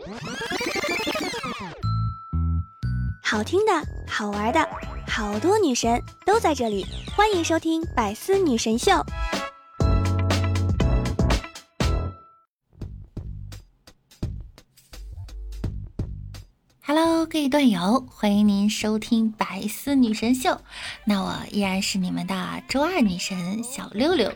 好听的，好玩的，好多女神都在这里，欢迎收听百思女神秀。 Hello， 各位段友，欢迎您收听百思女神秀。那我依然是你们的周二女神小六六。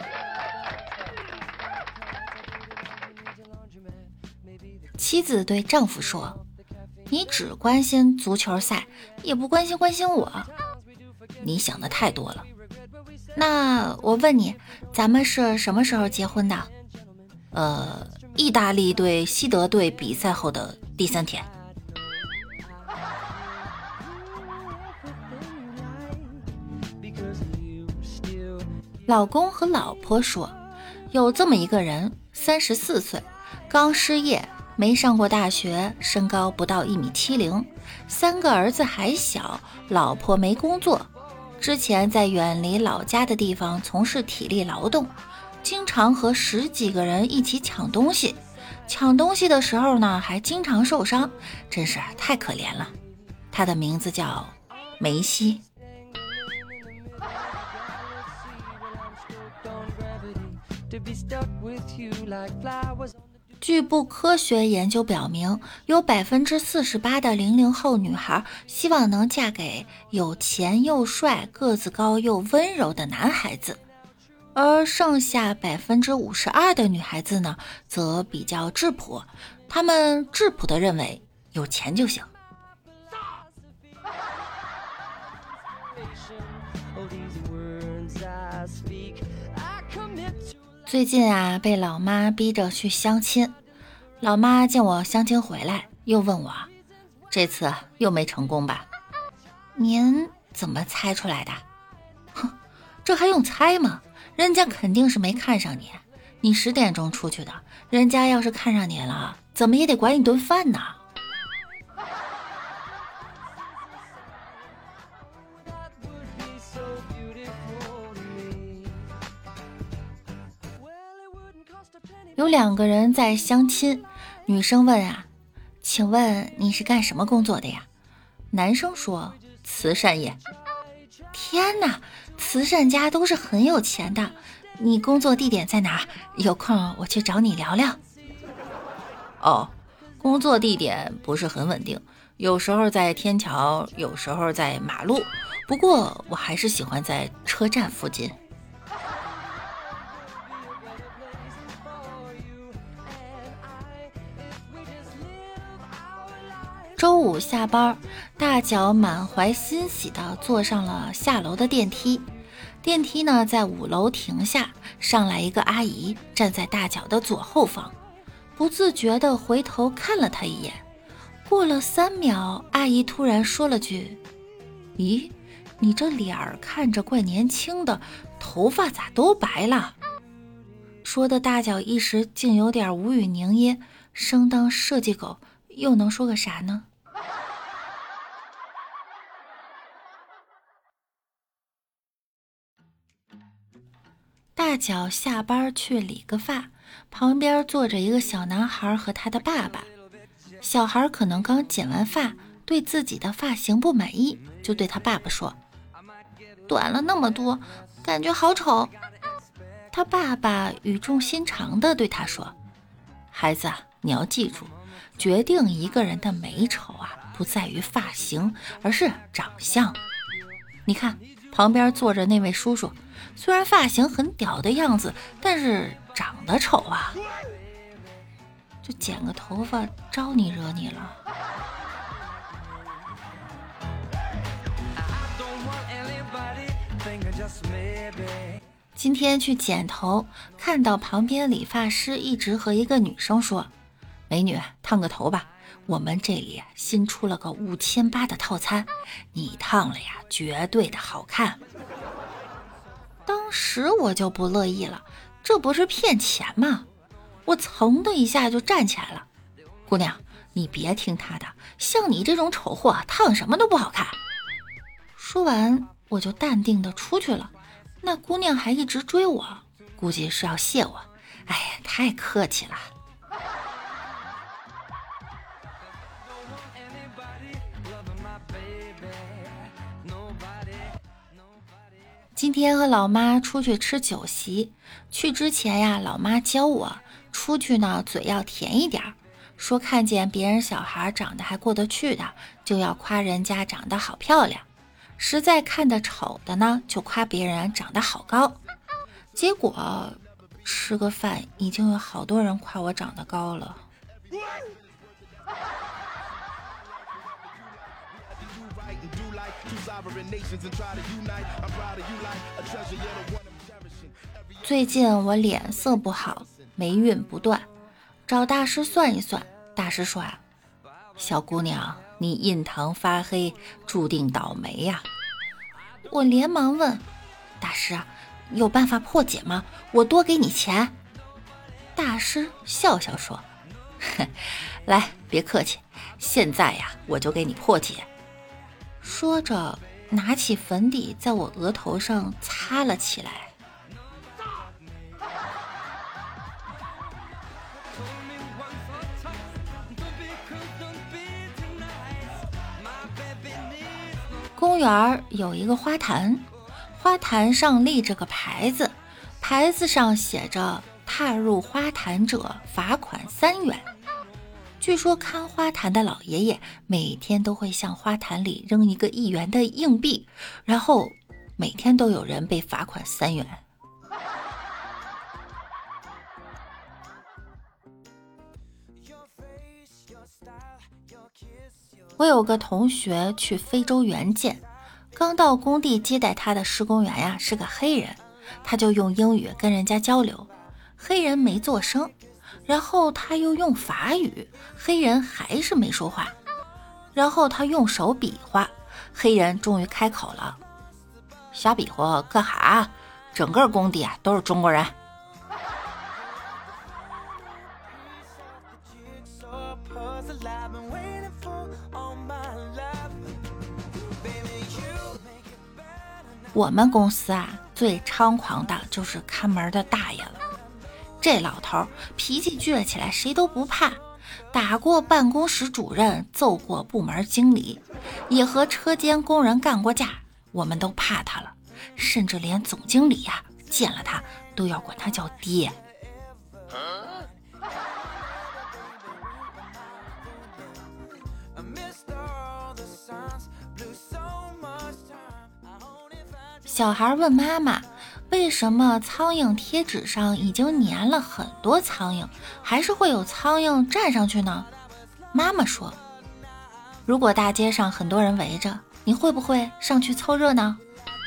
妻子对丈夫说：“你只关心足球赛，也不关心我。你想的太多了。那我问你，咱们是什么时候结婚的？意大利对西德队比赛后的第3天。”老公和老婆说，有这么一个人，34岁，刚失业，没上过大学，身高不到1.70米，3个儿子还小，老婆没工作，之前在远离老家的地方从事体力劳动，经常和10几个人一起抢东西的时候呢，还经常受伤，真是太可怜了。他的名字叫梅西。据不科学研究表明，有48%的00后女孩希望能嫁给有钱又帅、个子高又温柔的男孩子，而剩下52%的女孩子呢，则比较质朴，她们质朴地认为有钱就行。最近啊，被老妈逼着去相亲，老妈见我相亲回来，又问我，这次又没成功吧？您怎么猜出来的？哼，这还用猜吗？人家肯定是没看上你，你10点钟出去的，人家要是看上你了，怎么也得管你顿饭呢。有2个人在相亲，女生问啊，请问你是干什么工作的呀？男生说，慈善业。天哪，慈善家都是很有钱的，你工作地点在哪？有空我去找你聊聊。哦，工作地点不是很稳定，有时候在天桥，有时候在马路，不过我还是喜欢在车站附近。周五下班，大脚满怀欣喜地坐上了下楼的电梯。电梯呢在5楼停下，上来一个阿姨站在大脚的左后方，不自觉地回头看了他一眼。过了3秒，阿姨突然说了句：“咦，你这脸儿看着怪年轻的，头发咋都白了？”说的大脚一时竟有点无语凝噎，生当设计狗又能说个啥呢？大脚下班去理个发，旁边坐着一个小男孩和他的爸爸。小孩可能刚剪完发，对自己的发型不满意，就对他爸爸说：“短了那么多，感觉好丑。”他爸爸语重心长地对他说：“孩子，你要记住，决定一个人的美丑啊，不在于发型，而是长相。你看旁边坐着那位叔叔，虽然发型很屌的样子，但是长得丑啊。就剪个头发招你惹你了？”今天去剪头，看到旁边理发师一直和一个女生说：“美女，烫个头吧，我们这里新出了个5800的套餐，你烫了呀，绝对的好看。”当时我就不乐意了，这不是骗钱吗？我噌的一下就站起来了。姑娘，你别听他的，像你这种丑货，烫什么都不好看。说完，我就淡定的出去了。那姑娘还一直追我，估计是要谢我。哎呀，太客气了。 今天和老妈出去吃酒席，去之前呀，老妈教我出去呢嘴要甜一点，说看见别人小孩长得还过得去的，就要夸人家长得好漂亮，实在看得丑的呢，就夸别人长得好高。结果吃个饭已经有好多人夸我长得高了。最近我脸色不好，霉运不断，找大师算一算。大师说啊，小姑娘，你印堂发黑，注定倒霉呀。我连忙问大师啊，有办法破解吗？我多给你钱。大师笑笑说，来，别客气，现在呀，我就给你破解。说着拿起粉底在我额头上擦了起来。公园有一个花坛，花坛上立着个牌子，牌子上写着踏入花坛者罚款3元。据说看花坛的老爷爷每天都会向花坛里扔一个1元的硬币，然后每天都有人被罚款3元。我有个同学去非洲援建，刚到工地接待他的施工员呀是个黑人，他就用英语跟人家交流，黑人没做声，然后他又用法语，黑人还是没说话，然后他用手比划，黑人终于开口了，瞎比划干哈？整个工地都是中国人。我们公司最猖狂的就是看门的大爷了。这老头脾气倔起来谁都不怕，打过办公室主任，揍过部门经理，也和车间工人干过架，我们都怕他了，甚至连总经理见了他都要管他叫爹。小孩问妈妈，为什么苍蝇贴纸上已经粘了很多苍蝇，还是会有苍蝇站上去呢？妈妈说，如果大街上很多人围着，你会不会上去凑热闹？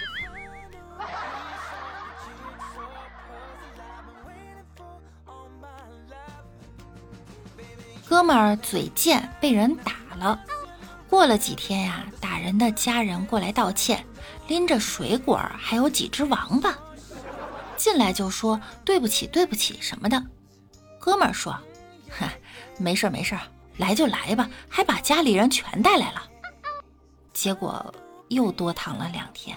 哥们儿嘴贱被人打了，过了几天呀，打人的家人过来道歉，拎着水果还有几只王八进来，就说对不起对不起什么的。哥们儿说，没事没事，来就来吧，还把家里人全带来了。结果又多躺了2天。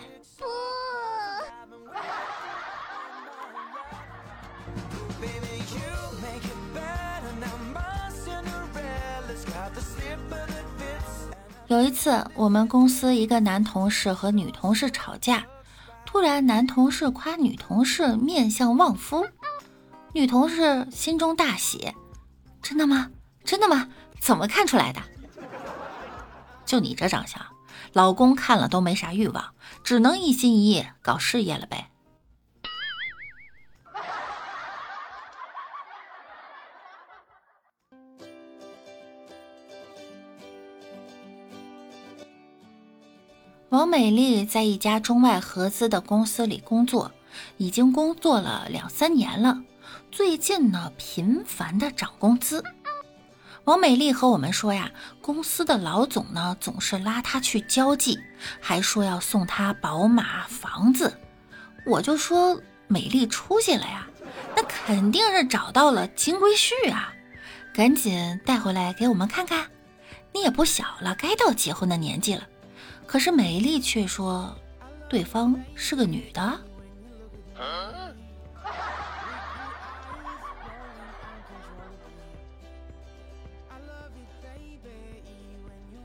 有一次我们公司一个男同事和女同事吵架，突然男同事夸女同事面相旺夫，女同事心中大喜，真的吗？真的吗？怎么看出来的？就你这长相，老公看了都没啥欲望，只能一心一意搞事业了呗。王美丽在一家中外合资的公司里工作，已经工作了2-3年了，最近呢频繁的涨工资。王美丽和我们说呀，公司的老总呢总是拉她去交际，还说要送她宝马房子。我就说美丽出息了呀，那肯定是找到了金龟婿啊，赶紧带回来给我们看看，你也不小了，该到结婚的年纪了。可是美丽却说对方是个女的。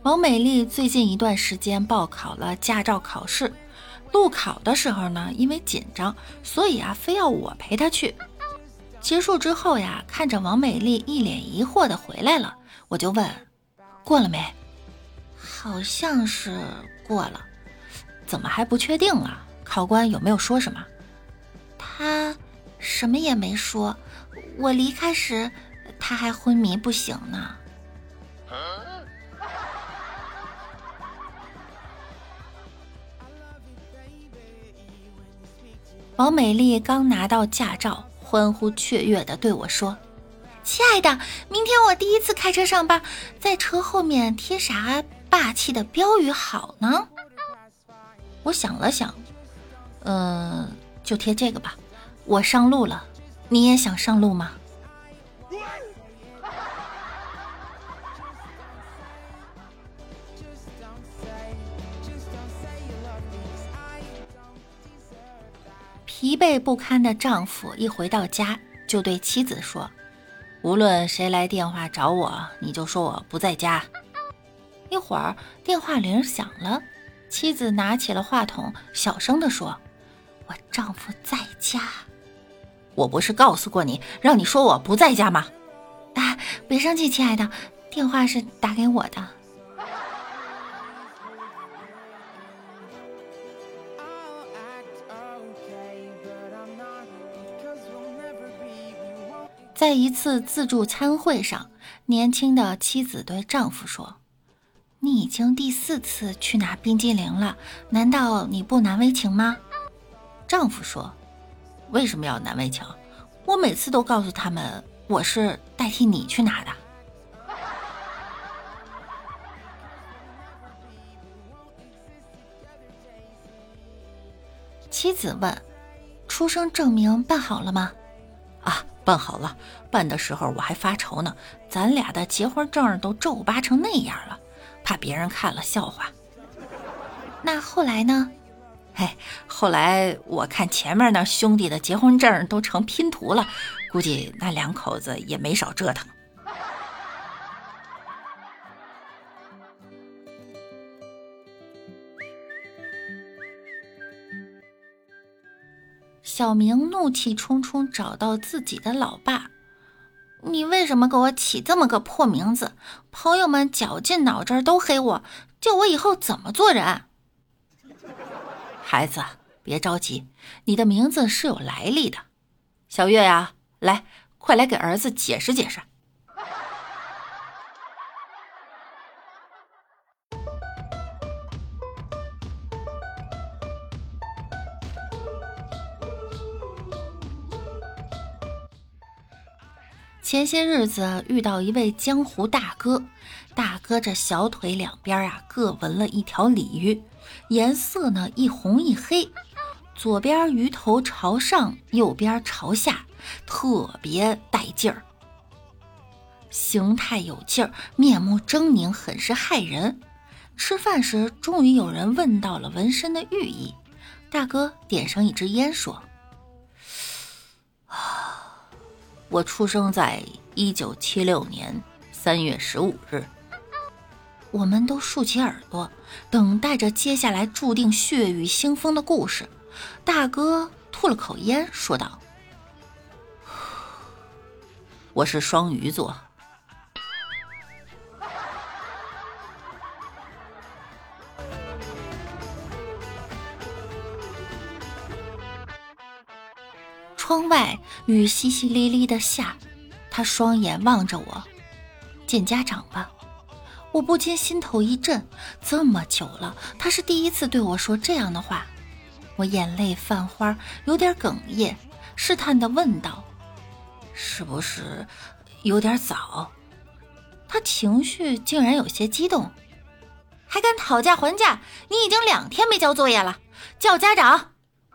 王美丽最近一段时间报考了驾照考试，路考的时候呢，因为紧张，所以非要我陪她去。结束之后呀，看着王美丽一脸疑惑的回来了，我就问过了没？好像是过了。怎么还不确定啊？考官有没有说什么？他什么也没说，我离开时他还昏迷不醒呢。王美丽刚拿到驾照，欢呼雀跃地对我说，亲爱的，明天我第一次开车上班，在车后面贴啥霸气的标语好呢？我想了想，就贴这个吧，我上路了，你也想上路吗？疲惫不堪的丈夫一回到家就对妻子说，无论谁来电话找我，你就说我不在家。一会儿电话铃响了，妻子拿起了话筒，小声地说，我丈夫在家。我不是告诉过你，让你说我不在家吗？别生气，亲爱的，电话是打给我的。在一次自助餐会上，年轻的妻子对丈夫说，你已经第4次去拿冰激凌了，难道你不难为情吗？丈夫说，为什么要难为情？我每次都告诉他们我是代替你去拿的。妻子问，出生证明办好了吗？办好了，办的时候我还发愁呢，咱俩的结婚证都皱巴成那样了，怕别人看了笑话。那后来呢？后来我看前面那兄弟的结婚证都成拼图了，估计那两口子也没少折腾。小明怒气冲冲找到自己的老爸，你为什么给我起这么个破名字？朋友们绞尽脑汁都黑我，叫我以后怎么做人？孩子，别着急，你的名字是有来历的。小月呀，来，快来给儿子解释解释。前些日子遇到一位江湖大哥，大哥这小腿两边各纹了一条鲤鱼，颜色呢一红一黑，左边鱼头朝上，右边朝下，特别带劲儿，形态有劲儿，面目狰狞，很是骇人。吃饭时终于有人问到了纹身的寓意，大哥点上一支烟说，我出生在1976年3月15日。我们都竖起耳朵，等待着接下来注定血雨腥风的故事。大哥吐了口烟，说道，我是双鱼座。窗外雨淅淅沥沥的下，他双眼望着我，见家长吧。我不禁心头一震，这么久了，他是第一次对我说这样的话。我眼泪泛花，有点哽咽，试探地问道，是不是有点早？他情绪竟然有些激动，还敢讨价还价？你已经2天没交作业了，叫家长。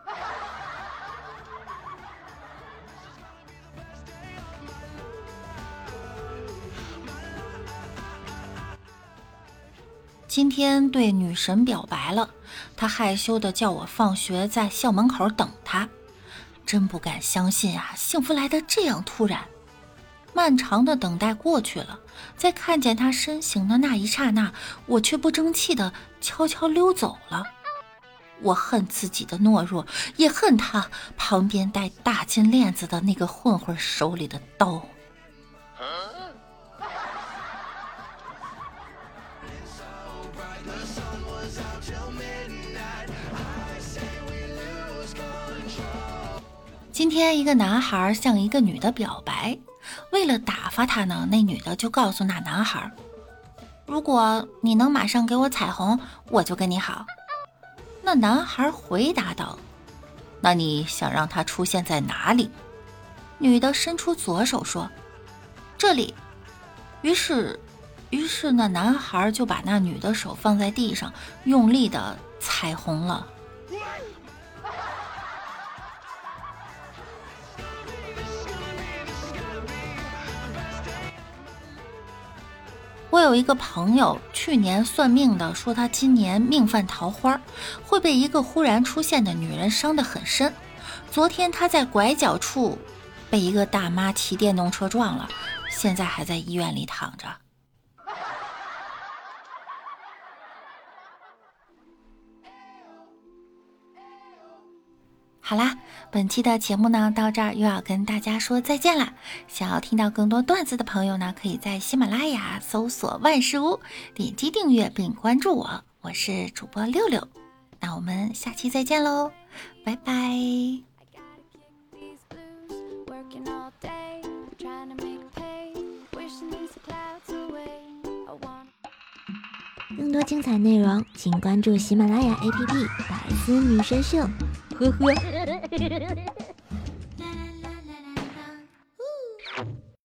今天对女神表白了，她害羞地叫我放学在校门口等她。真不敢相信幸福来得这样突然。漫长的等待过去了， 在看见他身形的那一刹那，我却不争气地悄悄溜走了。我恨自己的懦弱，也恨他旁边戴大金链子的那个混混手里的刀。今天一个男孩向一个女的表白，为了打发他呢，那女的就告诉那男孩，如果你能马上给我彩虹，我就跟你好。那男孩回答道，那你想让他出现在哪里？女的伸出左手说，这里。于是那男孩就把那女的手放在地上，用力的彩虹了。我有一个朋友，去年算命的说他今年命犯桃花，会被一个忽然出现的女人伤得很深。昨天他在拐角处被一个大妈骑电动车撞了，现在还在医院里躺着。好啦，本期的节目呢到这儿又要跟大家说再见啦。想要听到更多段子的朋友呢，可以在喜马拉雅搜索万事屋，点击订阅并关注我，我是主播六六。那我们下期再见喽，拜拜。 更多精彩内容请关注喜马拉雅 APP 百思女神秀，呵呵。